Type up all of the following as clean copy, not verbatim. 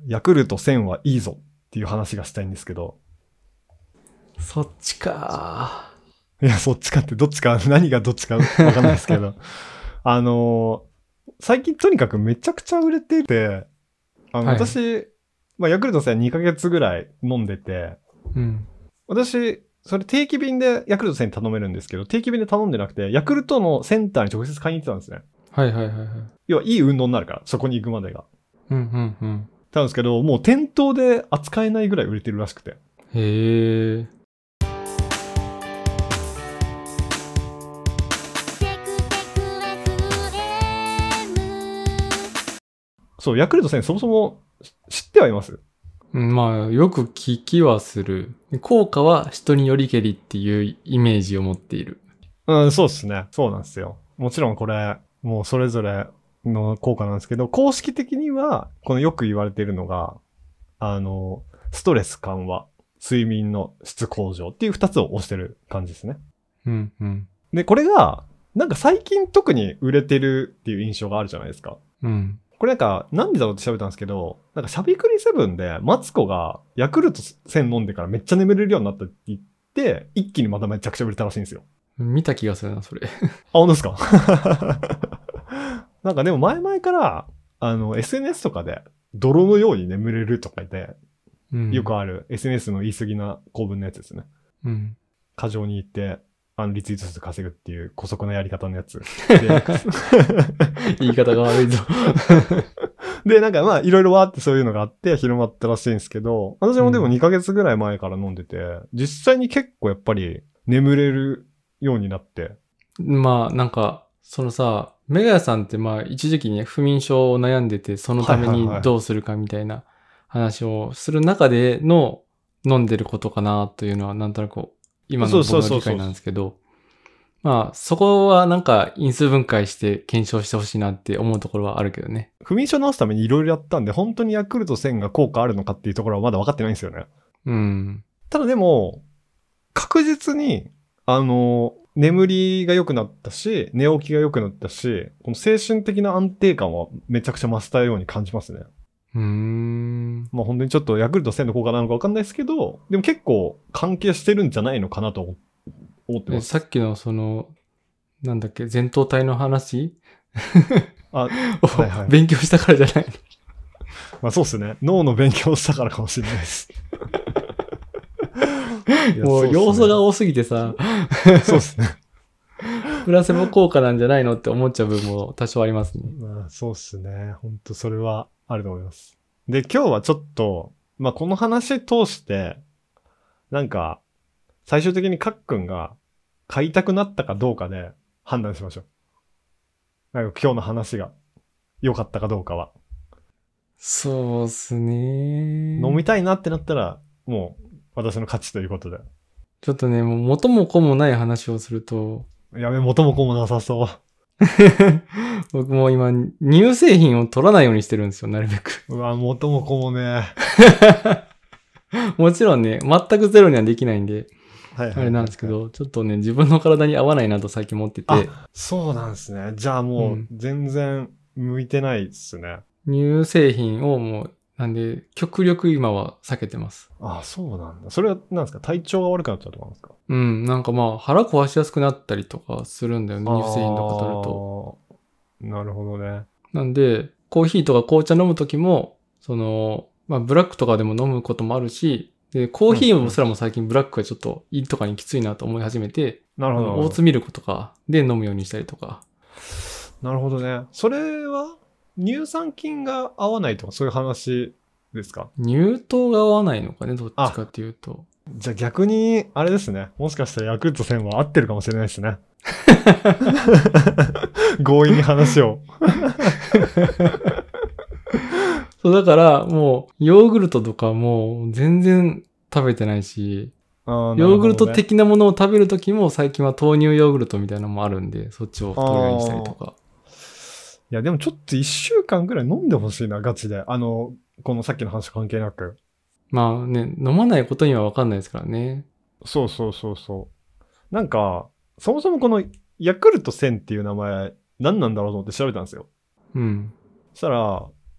ヤクルト1000はいいぞっていう話がしたいんですけど。 そっちか。 いや、そっちかってどっちか、何がどっちかわかんないですけど。最近とにかくめちゃくちゃ売れてて、 はい、 私、まあ、ヤクルト1000 2ヶ月ぐらい飲んでて、 うん。 私、それ定期便でヤクルト1000頼めるんですけど、定期便で頼んでなくて、ヤクルトのセンターに直接買いに行ってたんですね。 はいはいはいはい。 要は、いい運動になるから、そこに行くまでが。 うんうんうん。 なんですけど、もう店頭で扱えないぐらい売れてるらしくて。 へえ。 そう、ヤクルト1000そもそも知ってはいます？ まあ、よく聞きはする。効果は人によりけりっていうイメージを持っている。 うん、そうですね。そうなんですよ。もちろんこれ、もうそれぞれの効果なんですけど、公式的には、このよく言われているのが、ストレス緩和、睡眠の質向上っていう二つを推してる感じですね。 うんうん。 で、これが、なんか最近特に売れてるっていう印象があるじゃないですか。 うん。 これなんか、なんでだろうって調べたんですけど、なんかしゃべくり7で、マツコがヤクルト1000飲んでからめっちゃ眠れるようになったって言って、一気にまためちゃくちゃ売れたらしいんですよ。 見た気がするな、それ。 あ、本当ですか？なんかでも前々から、SNS とかで、泥のように眠れるとか言って、 うん。 よくある SNS の言い過ぎな構文のやつですね。 うん。 過剰に言って、リツイート数稼ぐっていう姑息なやり方のやつ。 言い方が悪いぞ。 で、なんかまあ、いろいろわーってそういうのがあって広まったらしいんですけど、私もでも2ヶ月ぐらい前から飲んでて、実際に結構やっぱり眠れるようになって。 まあ、なんか、そのさ、メガヤさんってまあ、一時期に不眠症を悩んでて、そのためにどうするかみたいな話をする中での飲んでることかなというのは、なんとなく今の僕の理解なんですけど、まあ、そこはなんか因数分解して検証してほしいなって思うところはあるけどね。 不眠症治すためにいろいろやったんで、本当にヤクルト1000が効果あるのかっていうところはまだ分かってないんですよね。 うん。 ただでも、確実に、眠りが良くなったし、寝起きが良くなったし、この精神的な安定感はめちゃくちゃ増したように感じますね。まあ本当にちょっとヤクルト1000の効果なのか分かんないですけど、でも結構関係してるんじゃないのかなと思ってます。 さっきのその、なんだっけ、前頭体の話あ、 をはいはい。 勉強したからじゃないの？ まあそうですね。脳の勉強したからかもしれないです。 もう要素が多すぎてさ、 そうですね。 プラセボ効果なんじゃないのって思っちゃう部分も多少ありますね。 まあそうっすね。本当それはあると思います。で、今日はちょっと、まあこの話通して、なんか、最終的にカックンが買いたくなったかどうかで判断しましょう。なんか今日の話が良かったかどうかは。 そうっすね。 飲みたいなってなったら、もう私の勝ちということで。 ちょっとね、もう元も子もない話をすると、 やべ、元も子もなさそう。 僕も今、乳製品を取らないようにしてるんですよ、なるべく。 うわ、元も子もね。 もちろんね、全くゼロにはできないんで、 はいはいはいはい、 あれなんですけど、ちょっとね、自分の体に合わないなと最近思ってて、 あ、そうなんですね。じゃあもう全然向いてないですね。 乳製品をもう、なんで、極力今は避けてます。 あ、そうなんだ。それは何ですか？体調が悪くなっちゃうとかなんですか？ うん、なんかまあ、腹壊しやすくなったりとかするんだよね、乳製品とか取ると。 なるほどね。 なんで、コーヒーとか紅茶飲むときも、その、まあ、ブラックとかでも飲むこともあるし、で、コーヒーもすらも最近ブラックがちょっと胃とかにきついなと思い始めて、 なるほど。 オーツミルクとかで飲むようにしたりとか。 なるほどね。それは乳酸菌が合わないとかそういう話ですか？ 乳糖が合わないのかね、どっちかっていうと。 じゃあ逆に、あれですね。もしかしたらヤクルト1000は合ってるかもしれないですね。強引に話を。 そうだからもうヨーグルトとかも全然食べてないし、ヨーグルト的なものを食べるときも最近は豆乳ヨーグルトみたいなのもあるんで、そっちを取るようにしたりとか。 いやでもちょっと1週間ぐらい飲んでほしいな、ガチで。このさっきの話関係なく。 まあね、飲まないことにはわかんないですからね。 そうそうそうそう。なんか、そもそもこのヤクルト1000っていう名前何なんだろうと思って調べたんですよ。 うん。 そしたら、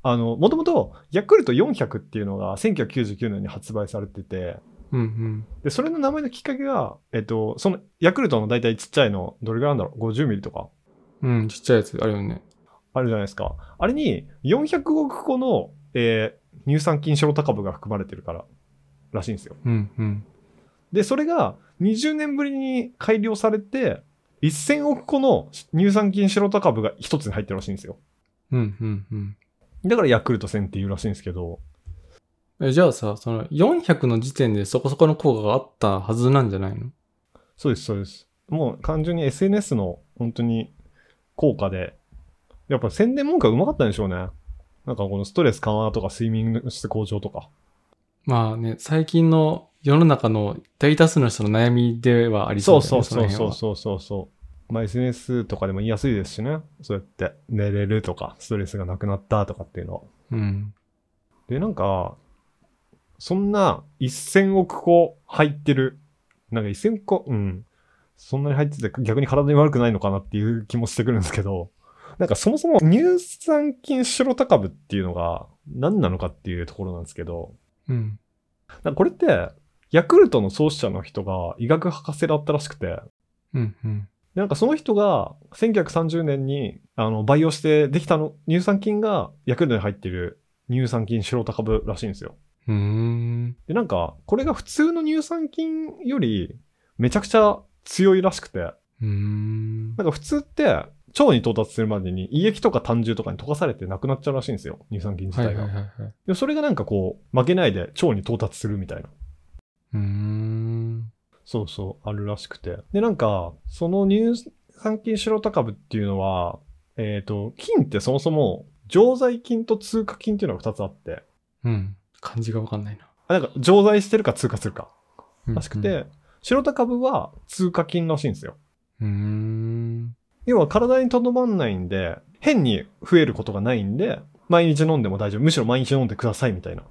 もともとヤクルト400っていうのが1999年に発売されてて、 うんうん。 で、それの名前のきっかけが、そのヤクルトの大体ちっちゃいの、どれぐらいなんだろう ?50 ミリとかうん、ちっちゃいやつあるよね。 あるじゃないですか。あれに400億個の、乳酸菌シロタ株が含まれてるかららしいんですよ。 うんうん。 で、それが20年ぶりに改良されて、1000億個の乳酸菌シロタ株が一つに入ってるらしいんですよ。 うんうんうん。 だからヤクルト1000っていうらしいんですけど、 じゃあさ、その400の時点でそこそこの効果があったはずなんじゃないの？ そうです、そうです。もう単純に SNS の本当に効果で、やっぱ宣伝文句がうまかったんでしょうね。なんかこのストレス緩和とか睡眠の質向上とか。 まあね、最近の世の中の大多数の人の悩みではありそうだよね。 そう。まあ SNS とかでも言いやすいですしね。そうやって寝れるとか、ストレスがなくなったとかっていうのは。 うん。 で、なんか、そんな1000億個入ってる。なんか1000個、そんなに入ってて逆に体に悪くないのかなっていう気もしてくるんですけど、なんかそもそも乳酸菌シロタ株っていうのが何なのかっていうところなんですけど、 うん。 なんかこれって、ヤクルトの創始者の人が医学博士だったらしくて、 うんうん。 なんかその人が1930年に培養してできた乳酸菌がヤクルトに入っている乳酸菌シロタ株らしいんですよ。で、なんかこれが普通の乳酸菌よりめちゃくちゃ強いらしくて、なんか普通って腸に到達するまでに胃液とか胆汁とかに溶かされてなくなっちゃうらしいんですよ。乳酸菌自体が。でそれがなんかこう負けないで腸に到達するみたいな。そうそう、あるらしくて。で、なんか、その乳酸菌シロタ株っていうのは、菌ってそもそも、常在菌と通過菌っていうのが2つあって。 うん。漢字がわかんないな。 なんか、常在してるか通過するか。 ららしくて、シロタ株は通過菌らしいんですよ。要は体に留まんないんで、変に増えることがないんで、毎日飲んでも大丈夫。むしろ毎日飲んでくださいみたいな。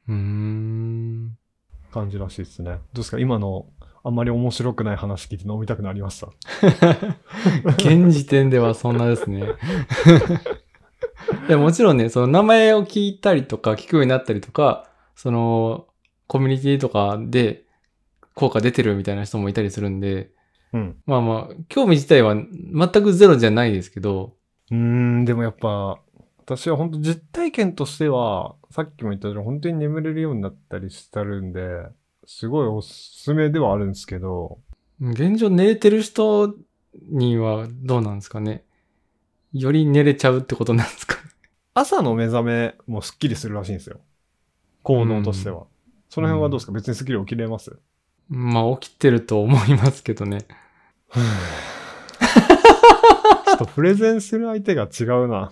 感じらしいですね。どうですか今のあんまり面白くない話聞いて飲みたくなりました。 現時点ではそんなですね。いやもちろんね、その名前を聞いたりとか、聞くようになったりとか、その、コミュニティとかで効果出てるみたいな人もいたりするんで、まあまあ、興味自体は全くゼロじゃないですけど。 でもやっぱ、私は本当実体験としては、さっきも言ったように本当に眠れるようになったりしてるんで、すごいおすすめではあるんですけど。 現状寝れてる人にはどうなんですかね。より寝れちゃうってことなんですかね。 朝の目覚めもスッキリするらしいんですよ。効能としては。その辺はどうですか、別にスッキリ起きれます？ まあ起きてると思いますけどね。 ちょっとプレゼンする相手が違うな。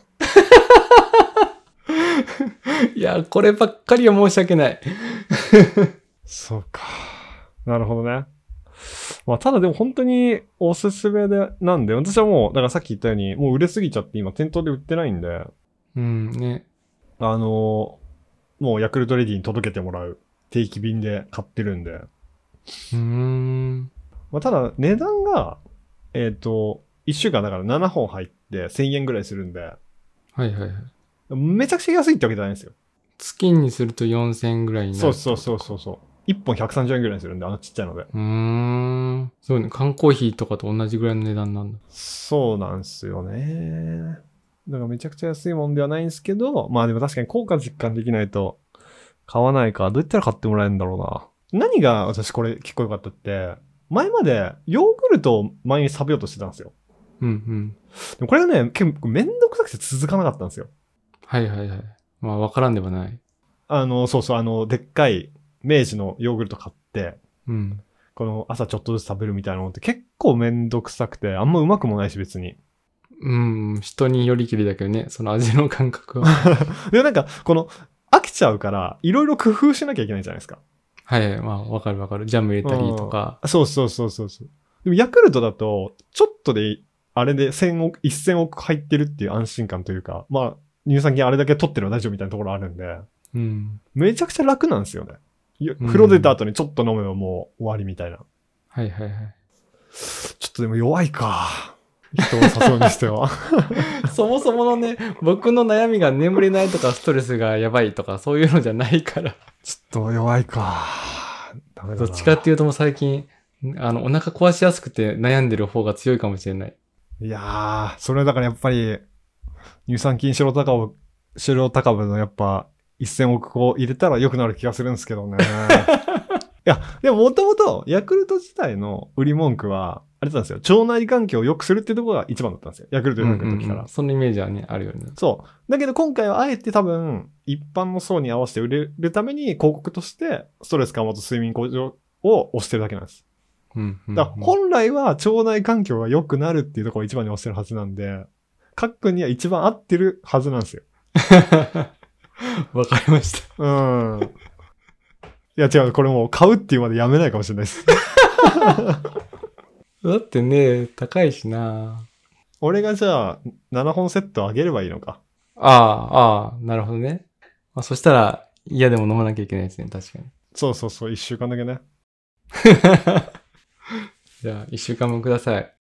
いや、こればっかりは申し訳ない。 そうか。なるほどね。まあ、ただでも本当におすすめなんで、私はもう、だからさっき言ったように、もう売れすぎちゃって今店頭で売ってないんで、 ね。 もうヤクルトレディに届けてもらう定期便で買ってるんで。まあ、ただ値段が、1週間だから7本入って1000円ぐらいするんで、めちゃくちゃ安いってわけじゃないんですよ。 月にすると4000円ぐらいになる。 そう。1本130円ぐらいするんで、ちっちゃいので。 そうね。缶コーヒーとかと同じぐらいの値段なんだ。 そうなんですよね。だからめちゃくちゃ安いもんではないんですけど、まあでも確かに効果実感できないと買わないか。どうやったら買ってもらえるんだろうな。何が私これ結構良かったって、前までヨーグルトを毎日食べようとしてたんですよ。でもこれがね、結構めんどくさくて続かなかったんですよ。 まあわからんではない。 でっかい明治のヨーグルト買って、この朝ちょっとずつ食べるみたいなのって結構めんどくさくて、あんまうまくもないし別に。 人によりきりだけどね、その味の感覚は。 で、なんか、飽きちゃうから、いろいろ工夫しなきゃいけないじゃないですか。 まあ、わかる。ジャム入れたりとか。 そう。でも、ヤクルトだと、ちょっとで、あれで1000億入ってるっていう安心感というか、まあ、乳酸菌あれだけ取ってるのは大丈夫みたいなところあるんで、めちゃくちゃ楽なんですよね。風呂出た後にちょっと飲めばもう終わりみたいな。ちょっとでも弱いか。 人を誘うにしては。 そもそものね、僕の悩みが眠れないとかストレスがやばいとかそういうのじゃないから。 ちょっと弱いか。ダメだな。 どっちかっていうともう最近、お腹壊しやすくて悩んでる方が強いかもしれない。 いやー、それだからやっぱり、乳酸菌白高部のやっぱ、1000億個入れたら良くなる気がするんですけどね。いや、でももともと、ヤクルト自体の売り文句は、あれなんですよ。腸内環境を良くするっていうところが一番だったんですよ。ヤクルト400の時から。 そのイメージはね、あるよね。 そう。だけど今回はあえて多分、一般の層に合わせて売れるために広告として、ストレス緩和と睡眠向上を推してるだけなんです。だから本来は腸内環境が良くなるっていうところを一番に推してるはずなんで、カックンには一番合ってるはずなんですよ。 わかりました。 いや違う、これもう買うっていうまでやめないかもしれないです。 だってね、高いしな。 俺がじゃあ、7本セットあげればいいのか。 なるほどね。そしたら、嫌でも飲まなきゃいけないですね、確かに。 そう、1週間だけね。 じゃあ、1週間分ください。